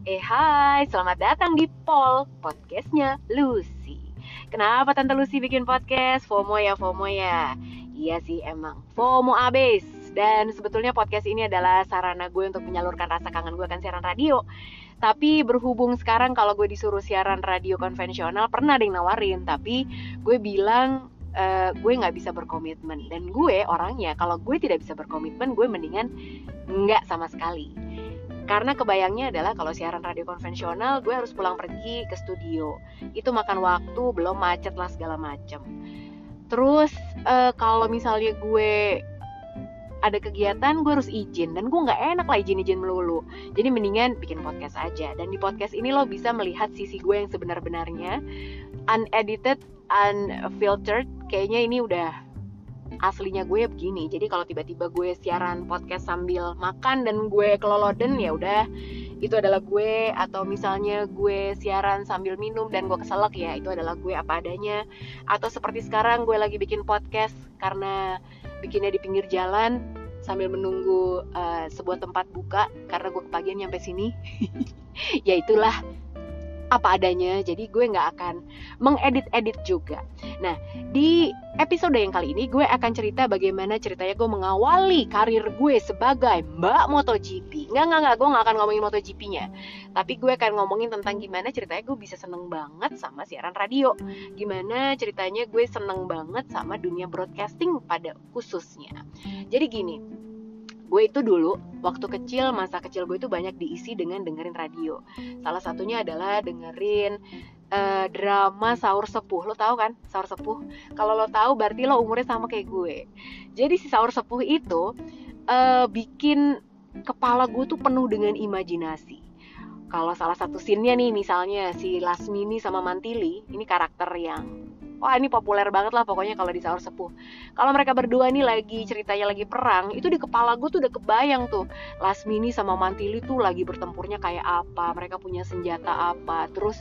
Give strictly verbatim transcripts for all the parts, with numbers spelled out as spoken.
Eh hai, selamat datang di Pol, podcastnya Lucy. Kenapa Tante Lucy bikin podcast? FOMO ya, FOMO ya. Iya sih emang, FOMO abis. Dan sebetulnya podcast ini adalah sarana gue untuk menyalurkan rasa kangen gue akan siaran radio. Tapi berhubung sekarang kalau gue disuruh siaran radio konvensional, pernah ada yang nawarin. Tapi gue bilang uh, gue gak bisa berkomitmen. Dan gue orangnya, kalau gue tidak bisa berkomitmen, gue mendingan nggak sama sekali. Karena kebayangnya adalah kalau siaran radio konvensional gue harus pulang pergi ke studio. Itu makan waktu, belum macet lah segala macem. Terus uh, kalau misalnya gue ada kegiatan, gue harus izin. Dan gue gak enak lah izin-izin melulu. Jadi mendingan bikin podcast aja. Dan di podcast ini lo bisa melihat sisi gue yang sebenar-benarnya, unedited, unfiltered. Kayaknya ini udah aslinya gue begini. Jadi kalau tiba-tiba gue siaran podcast sambil makan dan gue keloloden, ya udah itu adalah gue. Atau misalnya gue siaran sambil minum dan gue keselak, ya itu adalah gue apa adanya. Atau seperti sekarang gue lagi bikin podcast karena bikinnya di pinggir jalan sambil menunggu uh, sebuah tempat buka karena gue kepagian nyampe sini. Ya itulah apa adanya, jadi gue gak akan mengedit-edit juga. Nah, di episode yang kali ini gue akan cerita bagaimana ceritanya gue mengawali karir gue sebagai Mbak MotoGP. Nggak, nggak, nggak, gue gak akan ngomongin MotoGP-nya. Tapi gue akan ngomongin tentang gimana ceritanya gue bisa seneng banget sama siaran radio. Gimana ceritanya gue seneng banget sama dunia broadcasting pada khususnya. Jadi gini, gue itu dulu waktu kecil, masa kecil gue itu banyak diisi dengan dengerin radio. Salah satunya adalah dengerin uh, drama Saur Sepuh. Lo tahu kan Saur Sepuh? Kalau lo tahu berarti lo umurnya sama kayak gue. Jadi si Saur Sepuh itu uh, bikin kepala gue tuh penuh dengan imajinasi. Kalau salah satu scene-nya nih, misalnya si Lasmini sama Mantili, ini karakter yang wah ini populer banget lah pokoknya kalau di Saur Sepuh. Kalau mereka berdua nih lagi ceritanya lagi perang, itu di kepala gue tuh udah kebayang tuh Lasmini sama Mantili tuh lagi bertempurnya kayak apa, mereka punya senjata apa, terus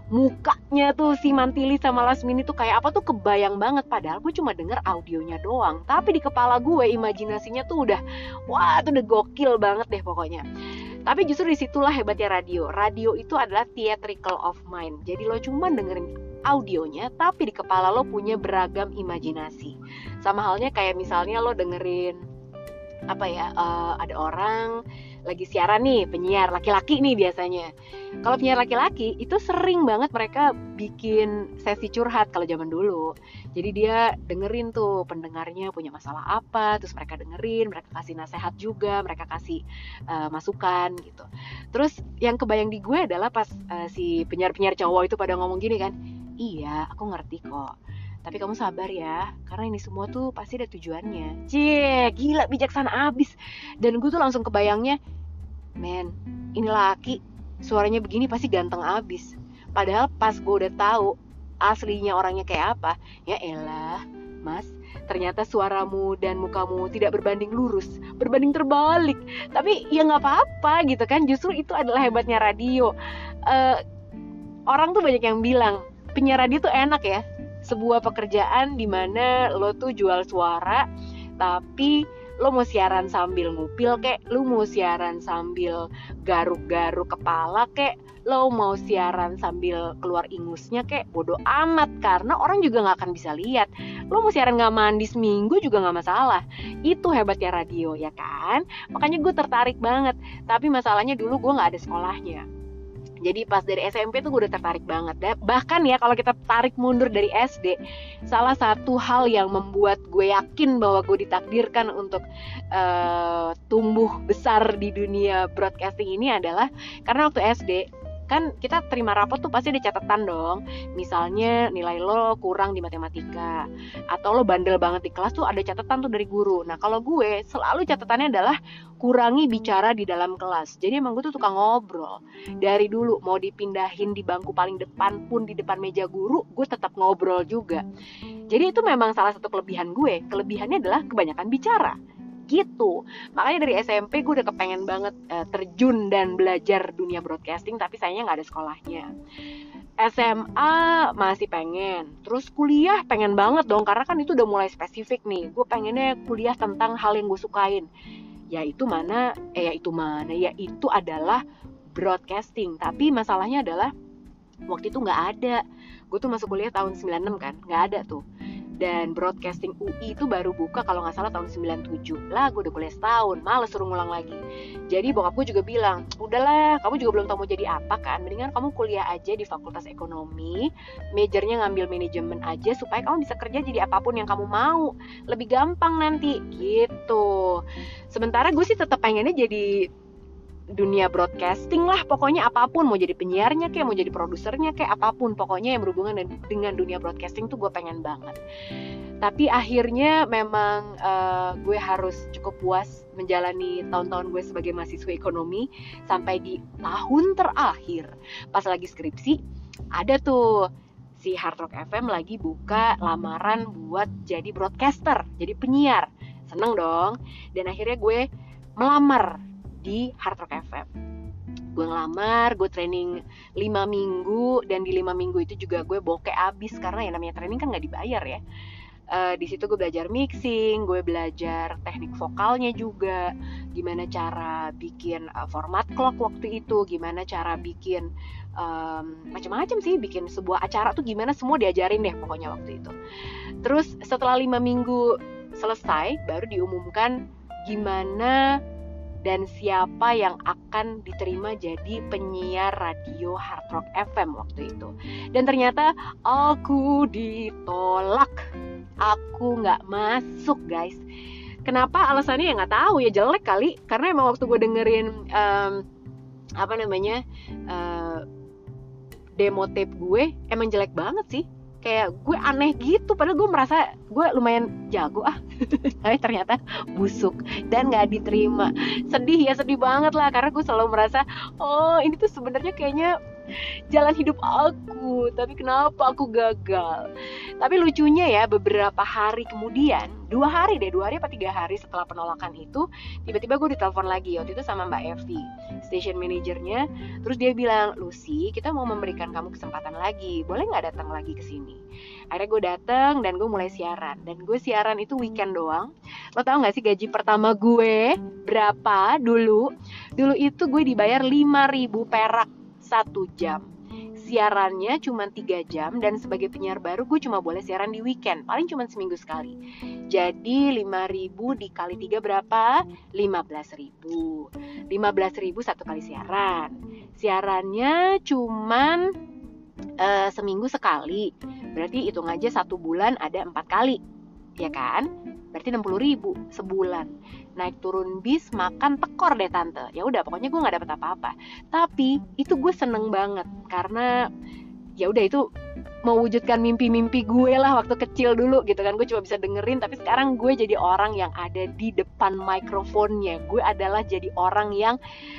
mukanya tuh si Mantili sama Lasmini tuh kayak apa tuh kebayang banget. Padahal gue cuma denger audionya doang, tapi di kepala gue imajinasinya tuh udah wah tuh udah gokil banget deh pokoknya. Tapi justru disitulah hebatnya radio. Radio itu adalah theatrical of mind. Jadi lo cuma dengerin audionya, tapi di kepala lo punya beragam imajinasi. Sama halnya kayak misalnya lo dengerin apa ya, uh, ada orang lagi siaran nih, penyiar laki-laki nih biasanya. Kalau penyiar laki-laki itu sering banget mereka bikin sesi curhat kalau zaman dulu. Jadi dia dengerin tuh pendengarnya punya masalah apa, terus mereka dengerin, mereka kasih nasihat juga, mereka kasih uh, masukan gitu. Terus yang kebayang di gue adalah pas uh, si penyiar-penyiar cowok itu pada ngomong gini kan, iya aku ngerti kok, tapi kamu sabar ya, karena ini semua tuh pasti ada tujuannya. Cie, gila bijaksana abis. Dan gue tuh langsung kebayangnya, men, ini laki, suaranya begini pasti ganteng abis. Padahal pas gue udah tahu aslinya orangnya kayak apa, ya elah, mas, ternyata suaramu dan mukamu tidak berbanding lurus, berbanding terbalik. Tapi ya nggak apa-apa gitu kan. Justru itu adalah hebatnya radio. Uh, orang tuh banyak yang bilang penyiar radio tuh enak ya. Sebuah pekerjaan dimana lo tuh jual suara, tapi lo mau siaran sambil ngupil kek, lo mau siaran sambil garuk-garuk kepala kek, lo mau siaran sambil keluar ingusnya kek, bodo amat, karena orang juga gak akan bisa lihat. Lo mau siaran gak mandi seminggu juga gak masalah. Itu hebatnya radio ya kan. Makanya gue tertarik banget. Tapi masalahnya dulu gue gak ada sekolahnya. Jadi pas dari S M P tuh gue udah tertarik banget. Bahkan ya kalau kita tarik mundur dari S D, salah satu hal yang membuat gue yakin bahwa gue ditakdirkan untuk uh, tumbuh besar di dunia broadcasting ini adalah karena waktu S D kan kita terima rapot tuh pasti ada catatan dong. Misalnya nilai lo kurang di matematika, atau lo bandel banget di kelas tuh ada catatan tuh dari guru. Nah kalau gue selalu catatannya adalah kurangi bicara di dalam kelas. Jadi emang gue tuh tukang ngobrol dari dulu. Mau dipindahin di bangku paling depan pun di depan meja guru, gue tetap ngobrol juga. Jadi itu memang salah satu kelebihan gue. Kelebihannya adalah kebanyakan bicara gitu. Makanya dari S M P gue udah kepengen banget uh, terjun dan belajar dunia broadcasting, tapi sayangnya gak ada sekolahnya. S M A masih pengen, terus kuliah pengen banget dong, karena kan itu udah mulai spesifik nih. Gue pengennya kuliah tentang hal yang gue sukain, yaitu mana, eh yaitu mana, yaitu adalah broadcasting. Tapi masalahnya adalah waktu itu nggak ada. Gue tuh masuk kuliah tahun sembilan puluh enam kan, nggak ada tuh. Dan broadcasting U I itu baru buka kalau nggak salah tahun sembilan puluh tujuh. Lah gue udah kuliah setahun, males suruh ngulang lagi. Jadi bokap gue juga bilang, udahlah kamu juga belum tahu mau jadi apa kan, mendingan kamu kuliah aja di fakultas ekonomi, majornya ngambil manajemen aja supaya kamu bisa kerja jadi apapun yang kamu mau, lebih gampang nanti gitu. Sementara gue sih tetap pengennya jadi dunia broadcasting lah, pokoknya apapun, mau jadi penyiarnya kayak, mau jadi produsernya kayak, apapun pokoknya yang berhubungan dengan dunia broadcasting tuh gue pengen banget. Tapi akhirnya memang uh, gue harus cukup puas menjalani tahun-tahun gue sebagai mahasiswa ekonomi sampai di tahun terakhir pas lagi skripsi ada tuh si Hard Rock F M lagi buka lamaran buat jadi broadcaster, jadi penyiar. Seneng dong. Dan akhirnya gue melamar di Hard Rock F M. Gue ngelamar, gue training lima minggu, dan di lima minggu itu juga gue bokeh abis karena yang namanya training kan gak dibayar ya. Uh, di situ gue belajar mixing, gue belajar teknik vokalnya juga, gimana cara bikin uh, format clock waktu itu, gimana cara bikin um, macam-macam sih, bikin sebuah acara tuh gimana, semua diajarin deh pokoknya waktu itu. Terus setelah lima minggu selesai, baru diumumkan gimana dan siapa yang akan diterima jadi penyiar radio Hard Rock F M waktu itu. Dan ternyata aku ditolak, aku nggak masuk guys. Kenapa? Alasannya ya nggak tahu, ya jelek kali. Karena emang waktu gue dengerin um, apa namanya uh, demo tape gue emang jelek banget sih. Kayak gue aneh gitu, padahal gue merasa gue lumayan jago ah. Tapi ternyata busuk dan gak diterima. Sedih ya, sedih banget lah. Karena gue selalu merasa, oh ini tuh sebenarnya kayaknya jalan hidup aku, tapi kenapa aku gagal. Tapi lucunya ya, beberapa hari kemudian, dua hari deh, dua hari apa tiga hari setelah penolakan itu, tiba-tiba gue ditelepon lagi. Waktu itu sama Mbak Evi, station manajernya. Terus dia bilang, Lucy, kita mau memberikan kamu kesempatan lagi, boleh gak datang lagi ke sini? Akhirnya gue datang dan gue mulai siaran. Dan gue siaran itu weekend doang. Lo tau gak sih gaji pertama gue berapa dulu? Dulu itu gue dibayar lima ribu perak satu jam. Siarannya cuma tiga jam, dan sebagai penyiar baru gue cuma boleh siaran di weekend, paling cuma seminggu sekali. Jadi lima ribu dikali tiga berapa? lima belas ribu. lima belas ribu satu kali siaran. Siarannya cuman uh, seminggu sekali. Berarti hitung aja satu bulan ada empat kali, ya kan? Berarti enam puluh ribu sebulan. Naik turun bis, makan, tekor deh tante. Ya udah, pokoknya gue nggak dapet apa-apa. Tapi itu gue seneng banget karena ya udah, itu mewujudkan mimpi-mimpi gue lah waktu kecil dulu gitu kan. Gue cuma bisa dengerin, tapi sekarang gue jadi orang yang ada di depan mikrofonnya. Gue adalah jadi orang yang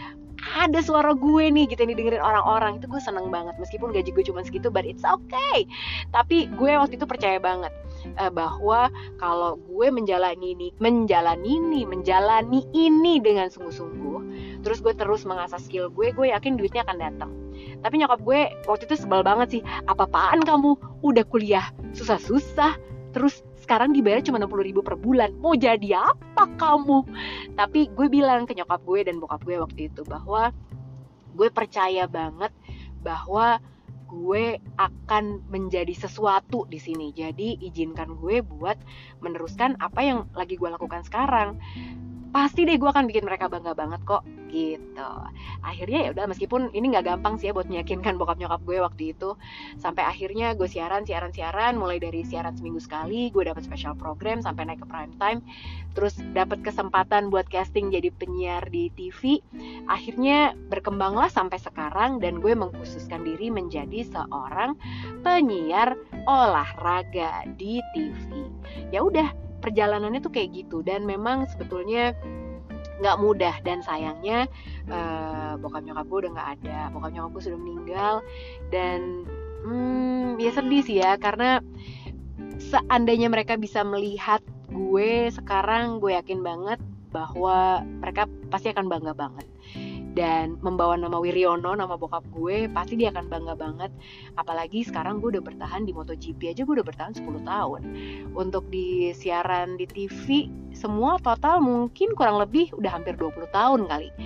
ada suara gue nih gitu, yang didengerin orang-orang. Itu gue seneng banget, meskipun gaji gue cuma segitu, but it's okay. Tapi gue waktu itu percaya banget uh, bahwa kalau gue menjalani ini, menjalani ini, menjalani ini dengan sungguh-sungguh, terus gue terus mengasah skill gue, gue yakin duitnya akan datang. Tapi nyokap gue waktu itu sebel banget sih, apa-apaan kamu udah kuliah susah-susah, terus sekarang dibayar cuma enam puluh ribu per bulan, mau jadi apa kamu? Tapi gue bilang ke nyokap gue dan bokap gue waktu itu bahwa gue percaya banget bahwa gue akan menjadi sesuatu di sini. Jadi izinkan gue buat meneruskan apa yang lagi gue lakukan sekarang. Pasti deh gue akan bikin mereka bangga banget kok gitu. Akhirnya ya udah, meskipun ini nggak gampang sih ya buat meyakinkan bokap nyokap gue waktu itu. Sampai akhirnya gue siaran siaran siaran mulai dari siaran seminggu sekali, gue dapat special program sampai naik ke prime time, terus dapat kesempatan buat casting jadi penyiar di T V. Akhirnya berkembanglah sampai sekarang, dan gue mengkhususkan diri menjadi seorang penyiar olahraga di T V. Ya udah, perjalanannya tuh kayak gitu. Dan memang sebetulnya nggak mudah, dan sayangnya uh, bokap nyokap gue udah nggak ada, bokap nyokap gue sudah meninggal. Dan hmm, ya sedih sih ya, karena seandainya mereka bisa melihat gue sekarang, gue yakin banget bahwa mereka pasti akan bangga banget. Dan membawa nama Wiryono, nama bokap gue, pasti dia akan bangga banget. Apalagi sekarang gue udah bertahan di MotoGP aja, gue udah bertahan sepuluh tahun. Untuk di siaran di T V, semua total mungkin kurang lebih udah hampir dua puluh tahun kali.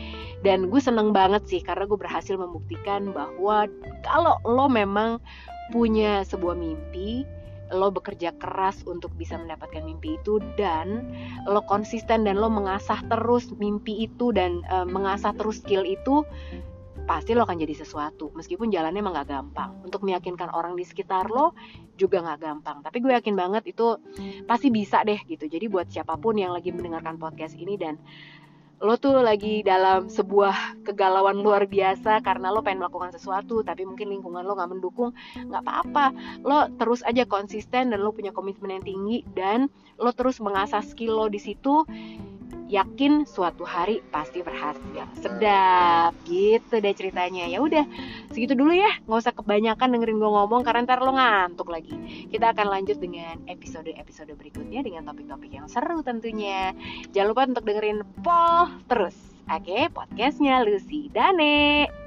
Dan gue seneng banget sih karena gue berhasil membuktikan bahwa kalau lo memang punya sebuah mimpi, lo bekerja keras untuk bisa mendapatkan mimpi itu, dan lo konsisten dan lo mengasah terus mimpi itu dan e, mengasah terus skill itu, pasti lo akan jadi sesuatu. Meskipun jalannya emang gak gampang. Untuk meyakinkan orang di sekitar lo juga gak gampang, tapi gue yakin banget itu pasti bisa deh gitu. Jadi buat siapapun yang lagi mendengarkan podcast ini dan lo tuh lagi dalam sebuah kegalauan luar biasa karena lo pengen melakukan sesuatu tapi mungkin lingkungan lo gak mendukung, gak apa-apa. Lo terus aja konsisten dan lo punya komitmen yang tinggi dan lo terus mengasah skill lo di situ. Yakin suatu hari pasti berhasil. Sedap gitu deh ceritanya. Ya udah, segitu dulu ya. Nggak usah kebanyakan dengerin gue ngomong karena ntar lo ngantuk lagi. Kita akan lanjut dengan episode-episode berikutnya dengan topik-topik yang seru tentunya. Jangan lupa untuk dengerin Pol terus. Oke, podcastnya Lucy Dane.